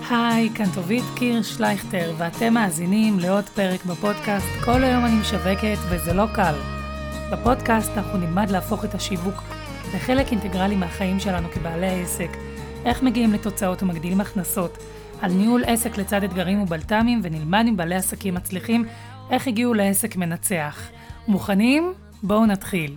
היי, כאן טובית קירש-שלייכטר, ואתם מאזינים לעוד פרק בפודקאסט כל היום אני משווקת וזה לא קל. בפודקאסט אנחנו נלמד להפוך את השיווק לחלק אינטגרלי מהחיים שלנו כבעלי העסק, איך מגיעים לתוצאות ומגדילים הכנסות, על ניהול עסק לצד אתגרים ובלת"מים, ונלמד עם בעלי עסקים מצליחים איך הגיעו לעסק מנצח. מוכנים? בואו נתחיל.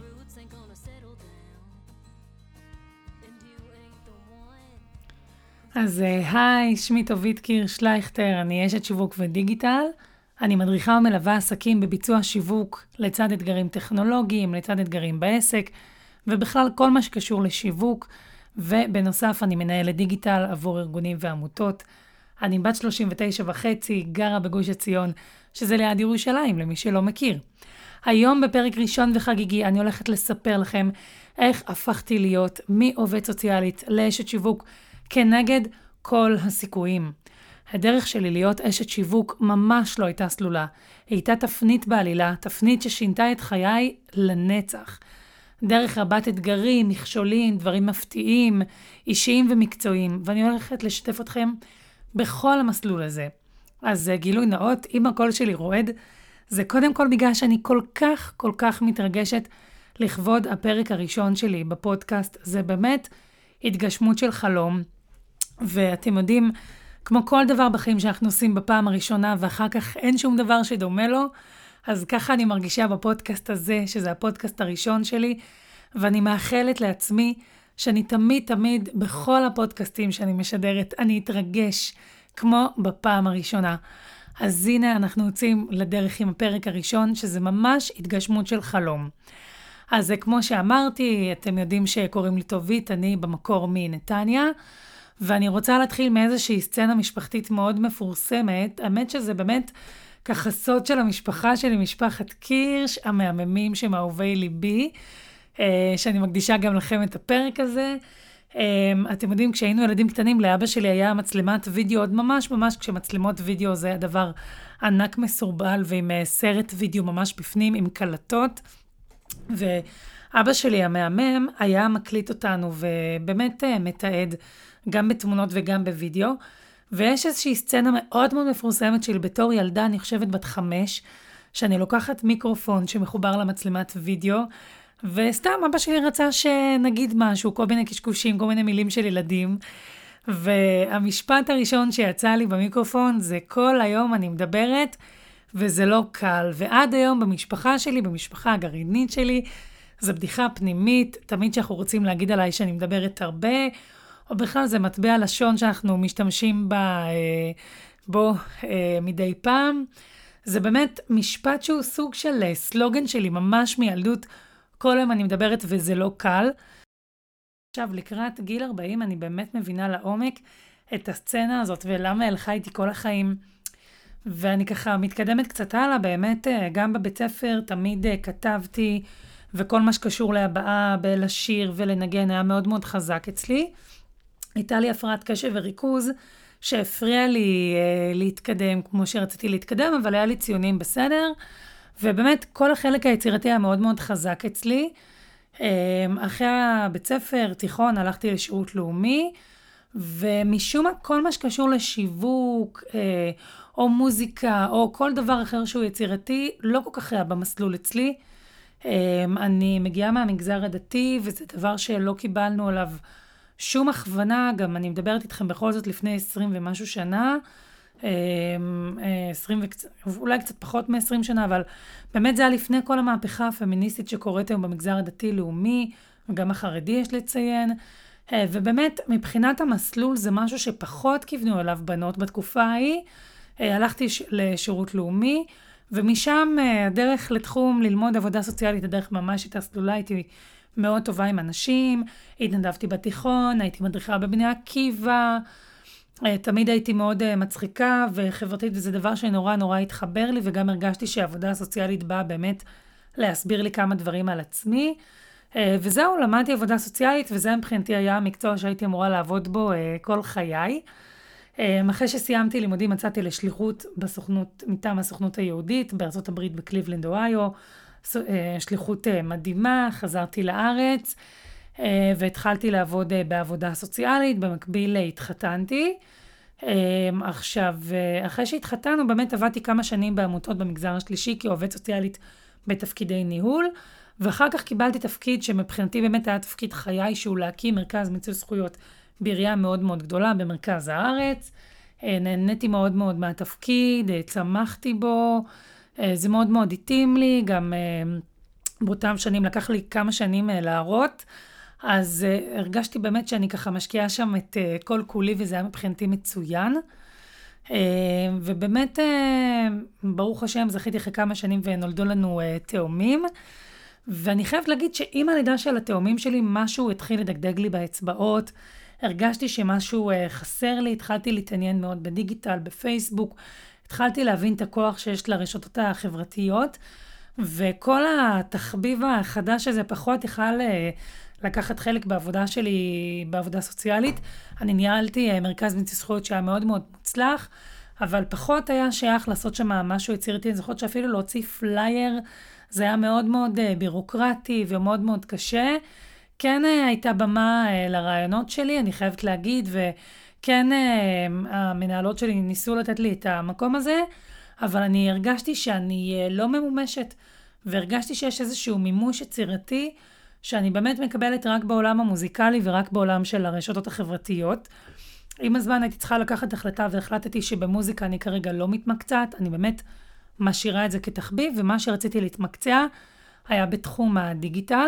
אז היי, שמי טובית קירש-שלייכטר, אני אשת שיווק ודיגיטל. אני מדריכה ומלווה עסקים בביצוע שיווק לצד אתגרים טכנולוגיים, לצד אתגרים בעסק, ובכלל כל מה שקשור לשיווק, ובנוסף אני מנהלת דיגיטל עבור ארגונים ועמותות. אני בת 39.5, גרה בגוש עציון, שזה ליד ירושלים, למי שלא מכיר. היום בפרק ראשון וחגיגי אני הולכת לספר לכם איך הפכתי להיות מעובד סוציאלית לאשת שיווק, כנגד כל הסיכויים. הדרך שלי להיות אשת שיווק ממש לא הייתה סלולה. היא הייתה תפנית בעלילה, תפנית ששינתה את חיי לנצח. דרך רבת אתגרים, מכשולים, דברים מפתיעים, אישיים ומקצועיים, ואני הולכת לשתף אתכם בכל המסלול הזה. אז גילוי נאות, אם הקול שלי רועד, זה קודם כל בגלל שאני כל כך מתרגשת לכבוד הפרק הראשון שלי בפודקאסט. זה באמת התגשמות של חלום. ואתם יודעים, כמו כל דבר בחיים שאנחנו עושים בפעם הראשונה, ואחר כך אין שום דבר שדומה לו, אז ככה אני מרגישה בפודקאסט הזה, שזה הפודקאסט הראשון שלי, ואני מאחלת לעצמי שאני תמיד בכל הפודקאסטים שאני משדרת, אני אתרגש כמו בפעם הראשונה. אז הנה אנחנו יוצאים לדרך עם הפרק הראשון, שזה ממש התגשמות של חלום. אז כמו שאמרתי, אתם יודעים שקוראים לי טובית, אני במקור מנתניה, ואני רוצה להתחיל מאיזושהי סצנה משפחתית מאוד מפורסמת. האמת שזה באמת ככה סוד של המשפחה שלי, משפחת קירש, המהממים שמאהובי ליבי, שאני מקדישה גם לכם את הפרק הזה. אתם יודעים, כשהיינו ילדים קטנים, לאבא שלי היה מצלמת וידאו, עוד ממש כשמצלמות וידאו זה הדבר ענק מסורבל, ועם סרט וידאו ממש בפנים, עם קלטות. ואבא שלי המהמם היה מקליט אותנו, ובאמת מתעד, גם בתמונות וגם בווידאו, ויש איזושהי סצנה מאוד מפורסמת שלי בתור ילדה, אני חושבת בת 5, שאני לוקחת מיקרופון שמחובר למצלמת וידאו, וסתם אבא שלי רצה שנגיד משהו, כל מיני קשקושים, כל מיני מילים של ילדים, והמשפט הראשון שיצא לי במיקרופון זה כל היום אני מדברת, וזה לא קל, ועד היום במשפחה שלי, במשפחה הגרעינית שלי, זו בדיחה פנימית, תמיד שאנחנו רוצים להגיד עליי שאני מדברת הרבה, או בכלל זה מטבע לשון שאנחנו משתמשים בו מדי פעם. זה באמת משפט שהוא סוג של סלוגן שלי, ממש מילדות, כל יום אני מדברת וזה לא קל. עכשיו לקראת גיל 40 אני באמת מבינה לעומק את הסצנה הזאת ולמה הלכה איתי כל החיים. ואני ככה מתקדמת קצת הלאה, באמת גם בבית ספר תמיד כתבתי, וכל מה שקשור להבעה, בלשיר ולנגן היה מאוד מאוד חזק אצלי. הייתה לי הפרעת קשב וריכוז שהפריע לי להתקדם כמו שרציתי להתקדם, אבל היה לי ציונים בסדר, ובאמת כל החלק היצירתי היה מאוד מאוד חזק אצלי. אחרי הבית ספר, תיכון, הלכתי לשירות לאומי, ומשום מה כל מה שקשור לשיווק, או מוזיקה, או כל דבר אחר שהוא יצירתי, לא כל כך היה במסלול אצלי. אני מגיעה מהמגזר הדתי, וזה דבר שלא קיבלנו עליו שום הכוונה, גם אני מדברת איתכם בכל זאת לפני 20 ומשהו שנה, 20 אולי קצת פחות מ-20 שנה, אבל באמת זה היה לפני כל המהפכה הפמיניסטית שקורית היום במגזר הדתי-לאומי, וגם החרדי יש לציין, ובאמת מבחינת המסלול זה משהו שפחות כיוונו אליו בנות בתקופה ההיא. הלכתי לשירות לאומי, ומשם הדרך לתחום ללמוד עבודה סוציאלית, הדרך ממש הייתה סלולה, הייתי מאוד טובה עם אנשים, התנדבתי בתיכון, הייתי מדריכה בבני עקיבא, תמיד הייתי מאוד מצחיקה וחברתית, וזה דבר שנורא התחבר לי, וגם הרגשתי שהעבודה הסוציאלית באה באמת להסביר לי כמה דברים על עצמי, וזהו, למדתי עבודה סוציאלית, וזה מבחינתי היה המקצוע שהייתי אמורה לעבוד בו כל חיי. אחרי שסיימתי לימודים מצאתי לשליחות בסוכנות, מטעם הסוכנות היהודית בארצות הברית בקליבלנד, אוהיו, שליחות מדהימה, חזרתי לארץ, והתחלתי לעבוד בעבודה סוציאלית, במקביל התחתנתי, עכשיו, אחרי שהתחתנו, באמת עבדתי כמה שנים בעמותות במגזר השלישי, כעובד סוציאלית בתפקידי ניהול, ואחר כך קיבלתי תפקיד שמבחינתי באמת היה תפקיד חיי, שהוא להקים מרכז מיצוי זכויות בעירייה מאוד מאוד גדולה במרכז הארץ. נהניתי מאוד מאוד מהתפקיד, צמחתי בו, זה מאוד מאוד התאים לי, גם באותם שנים לקח לי כמה שנים להראות, אז הרגשתי באמת שאני ככה משקיעה שם את כל כולי, וזה היה מבחינתי מצוין. ובאמת, ברוך השם, זכיתי אחרי כמה שנים ונולדו לנו תאומים. ואני חייבת להגיד שעם הלידה של התאומים שלי, משהו התחיל לדגדג לי באצבעות. הרגשתי שמשהו חסר לי, התחלתי להתעניין מאוד בדיגיטל, בפייסבוק. התחלתי להבין את הכוח שיש לרשתות החברתיות. וכל התחביב החדש הזה פחות יכל לקחת חלק בעבודה שלי, בעבודה סוציאלית. אני ניהלתי מרכז מיצוי זכויות שהיה מאוד מאוד מוצלח, אבל פחות היה שייך לעשות שם משהו יצירתי. אני זוכרת שאפילו להוציא פלייר, זה היה מאוד מאוד בירוקרטי ומאוד מאוד קשה. כן הייתה במה לרעיונות שלי, אני חייבת להגיד, וכן המנהלות שלי ניסו לתת לי את המקום הזה, אבל אני הרגשתי שאני לא ממומשת, והרגשתי שיש איזשהו מימוש יצירתי, שאני באמת מקבלת רק בעולם המוזיקלי ורק בעולם של הרשתות החברתיות. עם הזמן הייתי צריכה לקחת החלטה, והחלטתי שבמוזיקה אני כרגע לא מתמקצעת, אני באמת משאירה את זה כתחביב, ומה שרציתי להתמקצע היה בתחום הדיגיטל,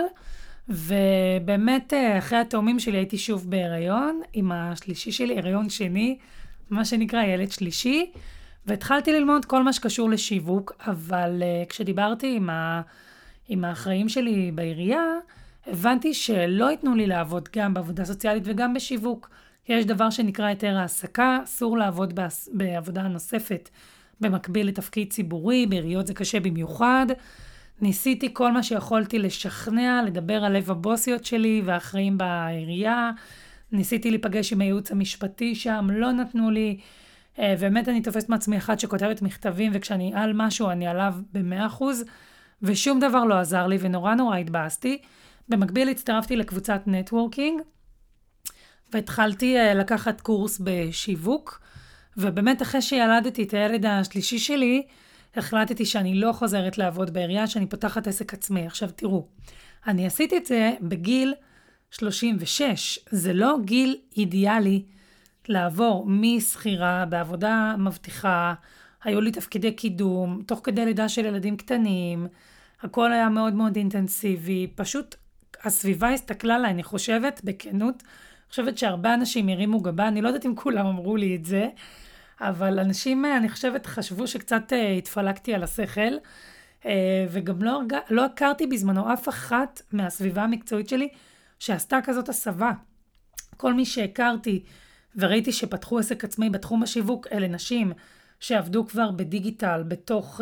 ובאמת אחרי התאומים שלי הייתי שוב בהיריון, עם השלישי שלי, הריון שני, מה שנקרא ילד שלישי, והתחלתי ללמוד כל מה שקשור לשיווק, אבל כשדיברתי עם האחראים שלי בעירייה, הבנתי שלא ייתנו לי לעבוד גם בעבודה סוציאלית וגם בשיווק. יש דבר שנקרא היתר העסקה, אסור לעבוד בעבודה נוספת במקביל לתפקיד ציבורי, בעיריות זה קשה במיוחד. ניסיתי כל מה שיכולתי לשכנע, לדבר על לב הבוסיות שלי והאחראים בעירייה. ניסיתי להיפגש עם הייעוץ המשפטי שם, לא נתנו לי. באמת אני תופסת מעצמי אחת שכותבת מכתבים, וכשאני על משהו אני עליו ב100%, ושום דבר לא עזר לי, ונורא נורא התבאסתי. במקביל הצטרפתי לקבוצת נטוורקינג, והתחלתי לקחת קורס בשיווק, ובאמת אחרי שילדתי את הילד השלישי שלי, החלטתי שאני לא חוזרת לעבוד בעירייה, שאני פותחת עסק עצמי. עכשיו תראו, אני עשיתי את זה בגיל 36, זה לא גיל אידיאלי לעבור מסחירה בעבודה מבטיחה, היו לי תפקידי קידום, תוך כדי לידה של ילדים קטנים, הכל היה מאוד מאוד אינטנסיבי, פשוט הסביבה הסתכלה לה, אני חושבת, בכנות, חושבת שהרבה אנשים הרימו גבה, אני לא יודעת אם כולם אמרו לי את זה, אבל אנשים, אני חושבת, חשבו שקצת התפלקתי על השכל, וגם לא הכרתי בזמנו אף אחת מהסביבה המקצועית שלי שעשתה כזאת הסבה. כל מי שהכרתי וראיתי שפתחו עסק עצמי בתחום השיווק, אלה נשים שעבדו כבר בדיגיטל בתוך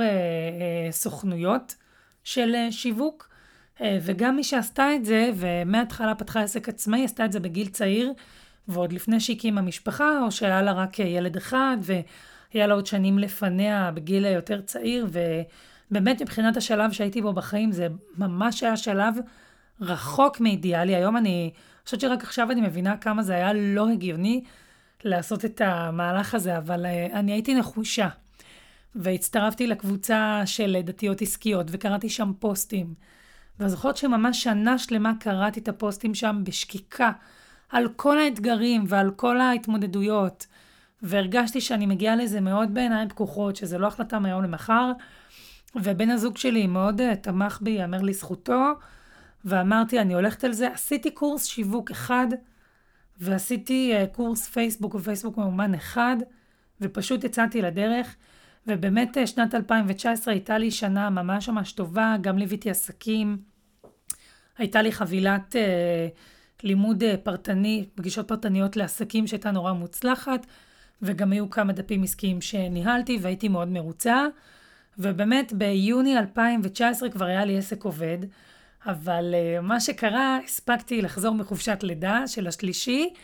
סוכנויות של שיווק, וגם מי שעשתה את זה, ומההתחלה פתחה עסק עצמי, עשתה את זה בגיל צעיר, ועוד לפני שהקימה משפחה, או שהיה לה רק ילד אחד, והיה לה עוד שנים לפניה בגיל יותר צעיר, ובאמת מבחינת השלב שהייתי בו בחיים, זה ממש היה שלב רחוק מאידיאלי. היום אני חושבת שרק עכשיו אני מבינה כמה זה היה לא הגיוני לעשות את המהלך הזה, אבל אני הייתי נחושה, והצטרפתי לקבוצה של דתיות עסקיות, וקראתי שם פוסטים, והזוכרת שממש שנה שלמה קראתי את הפוסטים שם בשקיקה, על כל האתגרים ועל כל ההתמודדויות, והרגשתי שאני מגיעה לזה מאוד בעיניים פקוחות, שזה לא החלטה מהיום למחר, ובן הזוג שלי מאוד תמך בי, יאמר לי זכותו, ואמרתי, אני הולכת על זה. עשיתי קורס שיווק אחד, ועשיתי קורס פייסבוק ופייסבוק ממומן אחד, ופשוט יצאתי לדרך, ובאמת שנת 2019 הייתה לי שנה ממש ממש טובה, גם ליוויתי עסקים, הייתה לי חבילת לימוד פרטני, פגישות פרטניות לעסקים שהייתה נורא מוצלחת, וגם היו כמה דפים עסקיים שניהלתי והייתי מאוד מרוצה, ובאמת ביוני 2019 כבר היה לי עסק עובד, אבל מה שקרה, הספקתי לחזור מחופשת לידה של השלישי,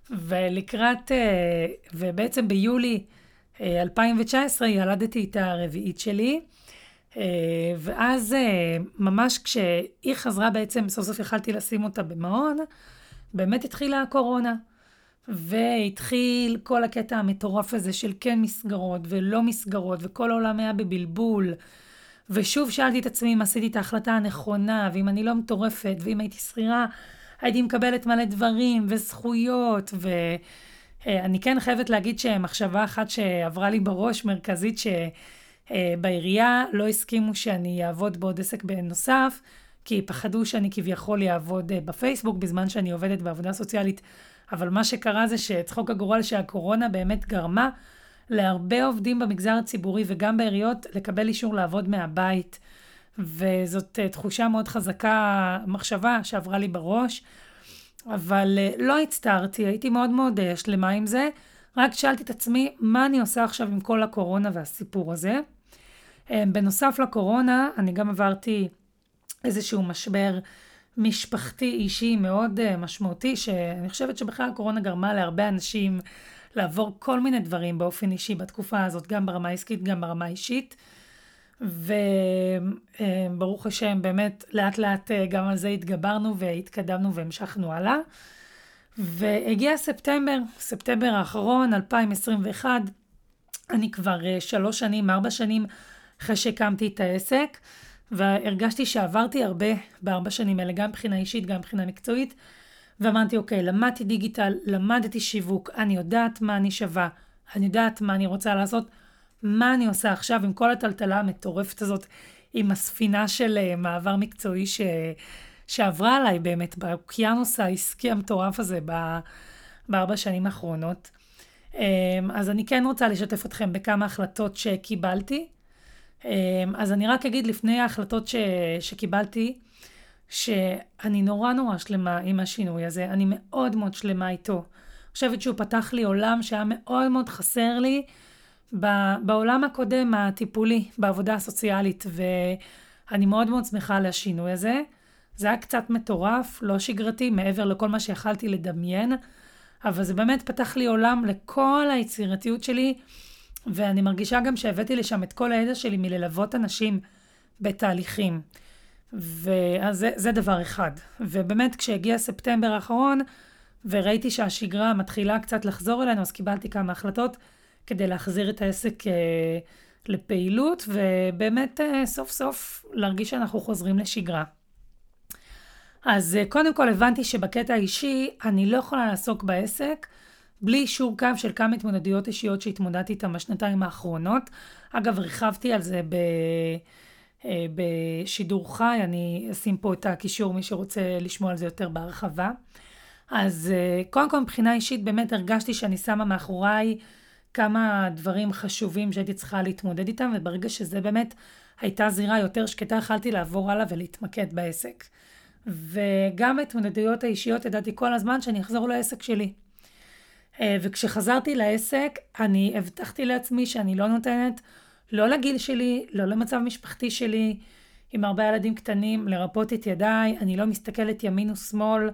ובעצם ביולי 2019 ילדתי את הרביעית שלי, ואז ממש כשהיא חזרה בעצם, סוף סוף יכלתי לשים אותה במעון, באמת התחילה הקורונה. והתחיל כל הקטע המטורף הזה של כן מסגרות ולא מסגרות, וכל העולם היה בבלבול. ושוב שאלתי את עצמי אם עשיתי את ההחלטה הנכונה, ואם אני לא מטורפת, ואם הייתי שכירה, הייתי מקבלת מלא דברים וזכויות, ואני כן חייבת להגיד שמחשבה אחת שעברה לי בראש מרכזית, שבעירייה לא הסכימו שאני אעבוד בעוד עסק בנוסף, כי פחדו שאני כביכול אעבוד בפייסבוק בזמן שאני עובדת בעבודה סוציאלית, אבל מה שקרה זה שצחוק הגורל שהקורונה באמת גרמה להרבה עובדים במגזר הציבורי וגם בעיריות לקבל אישור לעבוד מהבית, וזאת תחושה מאוד חזקה, מחשבה שעברה לי בראש, אבל לא הצטערתי, הייתי מאוד מאוד שלמה עם זה, רק שאלתי את עצמי מה אני עושה עכשיו עם כל הקורונה והסיפור הזה. בנוסף לקורונה אני גם עברתי איזשהו משבר משפחתי אישי מאוד משמעותי, שאני חושבת שבכלל הקורונה גרמה להרבה אנשים לעבור כל מיני דברים באופן אישי בתקופה הזאת, גם ברמה העסקית, גם ברמה האישית. וברוך השם, באמת לאט לאט גם על זה התגברנו והתקדמנו והמשכנו הלאה. והגיע ספטמבר האחרון, 2021, אני כבר 4 שנים אחרי שהקמתי את העסק, והרגשתי שעברתי הרבה ב4 שנים האלה, גם מבחינה אישית, גם מבחינה מקצועית, ואמרתי, אוקיי, למדתי דיגיטל, למדתי שיווק, אני יודעת מה אני שווה, אני יודעת מה אני רוצה לעשות, מה אני עושה עכשיו עם כל הטלטלה המטורפת הזאת, עם הספינה של מעבר מקצועי שעברה עליי באמת, באוקיינוס העסקי המטורף הזה ב4 שנים האחרונות. אז אני כן רוצה לשתף אתכם בכמה החלטות שקיבלתי. אז אני רק אגיד לפני ההחלטות שקיבלתי, שאני נורא שלמה עם השינוי הזה, אני מאוד מאוד שלמה איתו. אני חושבת שהוא פתח לי עולם שהיה מאוד מאוד חסר לי בעולם הקודם הטיפולי, בעבודה הסוציאלית, ואני מאוד מאוד שמחה על השינוי הזה. זה היה קצת מטורף, לא שגרתי, מעבר לכל מה שיכלתי לדמיין, אבל זה באמת פתח לי עולם לכל היצירתיות שלי, ואני מרגישה גם שהבאתי לשם את כל הידע שלי מללוות אנשים בתהליכים. ואז זה דבר אחד. ובאמת כשהגיע ספטמבר האחרון, וראיתי שהשגרה מתחילה קצת לחזור אלינו, אז קיבלתי כמה החלטות כדי להחזיר את העסק לפעילות, ובאמת סוף סוף להרגיש שאנחנו חוזרים לשגרה. אז קודם כל הבנתי שבקטע האישי אני לא יכולה לעסוק בעסק, בלי אישור קו של כמה התמודדויות אישיות שהתמודדתי איתן בשנתיים האחרונות. אגב, רכבתי על זה בשידור חי, אני אשים פה את הקישור מי שרוצה לשמוע על זה יותר בהרחבה. אז קודם כל מבחינה אישית באמת הרגשתי שאני שמה מאחוריי כמה דברים חשובים שהייתי צריכה להתמודד איתם, וברגע שזה באמת הייתה זירה יותר שקטה, יכלתי לעבור הלאה ולהתמקד בעסק. וגם בהתמודדויות האישיות ידעתי כל הזמן שאני אחזור לעסק שלי. וכשחזרתי לעסק, אני הבטחתי לעצמי שאני לא נותנת, לא לגיל שלי, לא למצב משפחתי שלי, עם הרבה ילדים קטנים, לרפות את ידיי, אני לא מסתכלת ימין ושמאל,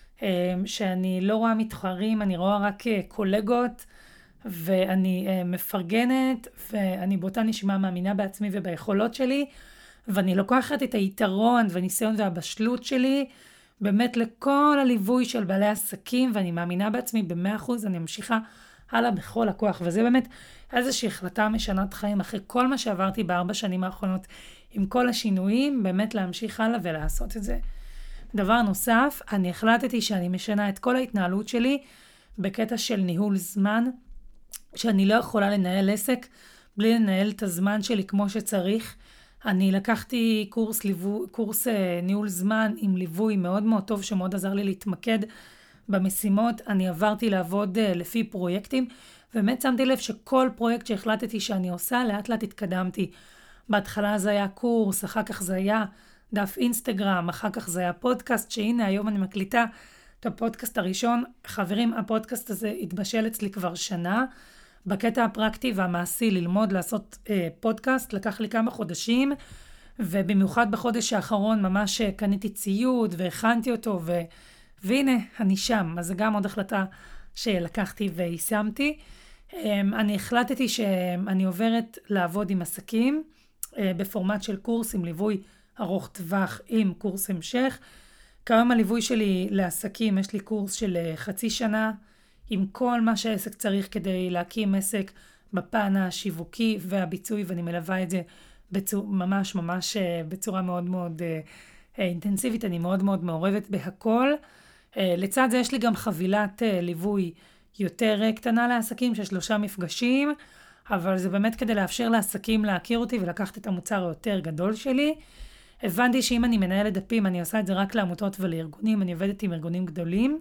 שאני לא רואה מתחרים, אני רואה רק קולגות, ואני מפרגנת, ואני באותה נשימה מאמינה בעצמי וביכולות שלי, ואני לוקחת את היתרון והניסיון והבשלות שלי, באמת לכל הליווי של בעלי עסקים, ואני מאמינה בעצמי ב100%, אני ממשיכה הלאה בכל הכוח, וזה באמת איזושהי החלטה משנת חיים, אחרי כל מה שעברתי ב4 שנים האחרונות, עם כל השינויים, באמת להמשיך הלאה ולעשות את זה. דבר נוסף, אני החלטתי שאני משנה את כל ההתנהלות שלי, בקטע של ניהול זמן, שאני לא יכולה לנהל עסק, בלי לנהל את הזמן שלי כמו שצריך. אני לקחתי קורס ניהול זמן עם ליווי מאוד מאוד טוב, שמאוד עזר לי להתמקד במשימות. אני עברתי לעבוד לפי פרויקטים, ובאמת שמתי לב שכל פרויקט שהחלטתי שאני עושה, לאט לאט התקדמתי. בהתחלה זה היה קורס, אחר כך זה היה דף אינסטגרם, אחר כך זה היה פודקאסט, שהנה היום אני מקליטה את הפודקאסט הראשון. חברים, הפודקאסט הזה התבשל אצלי כבר שנה, בקטע הפרקטי והמעשי ללמוד לעשות פודקאסט, לקח לי כמה חודשים, ובמיוחד בחודש האחרון ממש קניתי ציוד והכנתי אותו, והנה אני שם. אז זה גם עוד החלטה שלקחתי ויישמתי. אני החלטתי שאני עוברת לעבוד עם עסקים, בפורמט של קורס עם ליווי ארוך טווח עם קורס המשך. כיום הליווי שלי לעסקים, יש לי קורס של 0.5 שנה, עם כל מה שהעסק צריך כדי להקים עסק בפן השיווקי והביצועי, ואני מלווה את זה ממש בצורה מאוד מאוד אינטנסיבית, אני מאוד מאוד מעורבת בהכל. לצד זה יש לי גם חבילת ליווי יותר קטנה לעסקים של 3 מפגשים, אבל זה באמת כדי לאפשר לעסקים להכיר אותי ולקחת את המוצר היותר גדול שלי. הבנתי שאם אני מנהלת דפים, אני עושה את זה רק לעמותות ולארגונים, אני עובדת עם ארגונים גדולים,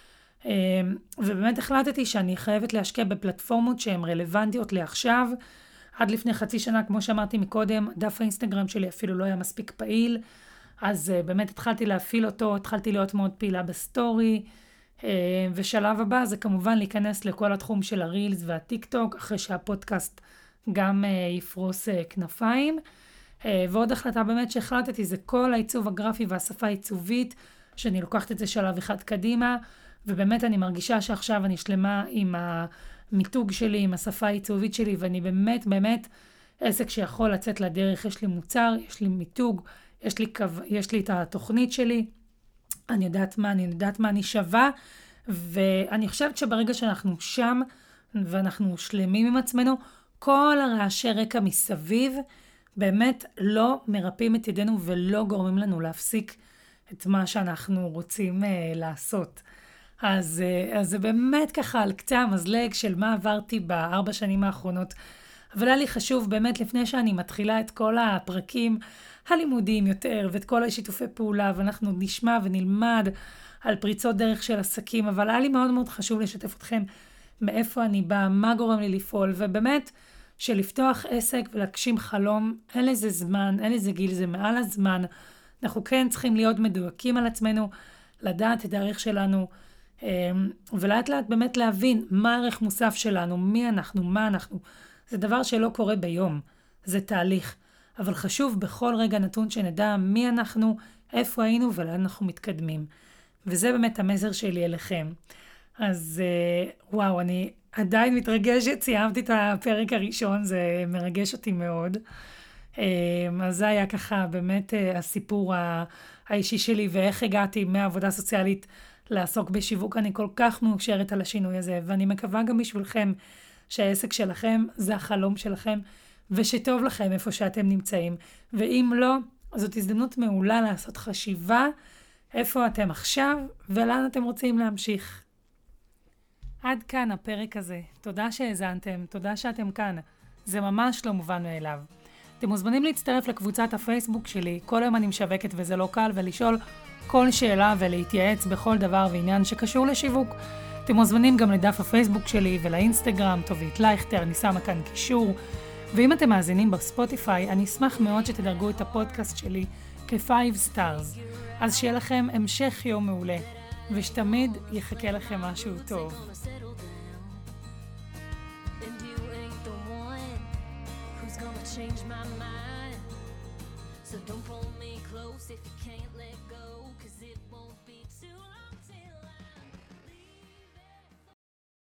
ובאמת החלטתי שאני חייבת להשקיע בפלטפורמות שהן רלוונטיות לעכשיו. עד לפני חצי שנה, כמו שאמרתי מקודם, דף האינסטגרם שלי אפילו לא היה מספיק פעיל, אז באמת התחלתי להפעיל אותו, התחלתי להיות מאוד פעילה בסטורי, ושלב הבא זה כמובן להיכנס לכל התחום של הרילס והטיק טוק, אחרי שהפודקאסט גם יפרוס כנפיים. ועוד החלטה באמת שהחלטתי זה כל העיצוב הגרפי והשפה העיצובית, שאני לוקחת את זה שלב אחד קדימה, ובאמת אני מרגישה שעכשיו אני שלמה עם המיתוג שלי, עם השפה העיצובית שלי, ואני באמת עסק שיכול לצאת לדרך, יש לי מוצר, יש לי מיתוג, יש לי את התוכנית שלי, אני יודעת מה אני שווה, ואני חושבת שברגע שאנחנו שם, ואנחנו שלמים עם עצמנו, כל הרעשי רקע מסביב, באמת לא מרפאים את ידינו ולא גורמים לנו להפסיק את מה שאנחנו רוצים לעשות. אז זה באמת ככה על קצה המזלג של מה עברתי ב4 שנים האחרונות. אבל היה לי חשוב באמת לפני שאני מתחילה את כל הפרקים הלימודיים יותר ואת כל השיתופי פעולה, ואנחנו נשמע ונלמד על פריצות דרך של עסקים, אבל היה לי מאוד מאוד חשוב לשתף אתכם מאיפה אני באה, מה גורם לי לפעול, ובאמת שלפתוח עסק ולהגשים חלום, אין לזה זמן, אין לזה גיל, זה מעל הזמן. אנחנו כן צריכים להיות מדויקים על עצמנו, לדעת את הערך שלנו, ולאט לאט באמת להבין מה הערך מוסף שלנו, מי אנחנו, מה אנחנו. זה דבר שלא קורה ביום, זה תהליך. אבל חשוב בכל רגע נתון שנדע מי אנחנו, איפה היינו ולאן אנחנו מתקדמים. וזה באמת המסר שלי אליכם. אז וואו, אני עדיין מתרגשת, סיימתי את הפרק הראשון, זה מרגש אותי מאוד. אז זה היה ככה באמת הסיפור האישי שלי, ואיך הגעתי מהעבודה סוציאלית לעסוק בשיווק. אני כל כך מאושרת על השינוי הזה, ואני מקווה גם בשבילכם שהעסק שלכם זה החלום שלכם, ושטוב לכם איפה שאתם נמצאים. ואם לא, זאת הזדמנות מעולה לעשות חשיבה איפה אתם עכשיו ולאן אתם רוצים להמשיך. עד כאן הפרק הזה. תודה שהאזנתם, תודה שאתם כאן. זה ממש לא מובן מאליו. אתם מוזמנים להצטרף לקבוצת הפייסבוק שלי, כל יום אני משווקת וזה לא קל, ולשאול כל שאלה ולהתייעץ בכל דבר ועניין שקשור לשיווק. אתם מוזמנים גם לדף הפייסבוק שלי ולאינסטגרם, טובית לייכטר, אני שמה כאן קישור. ואם אתם מאזינים בספוטיפיי, אני אשמח מאוד שתדרגו את הפודקאסט שלי כ5 stars. אז שיהיה לכם המשך יום מעולה, ושתמיד יחכה לכם משהו טוב. Change my mind, so don't pull me close if you can't let go, 'cause it won't be too long.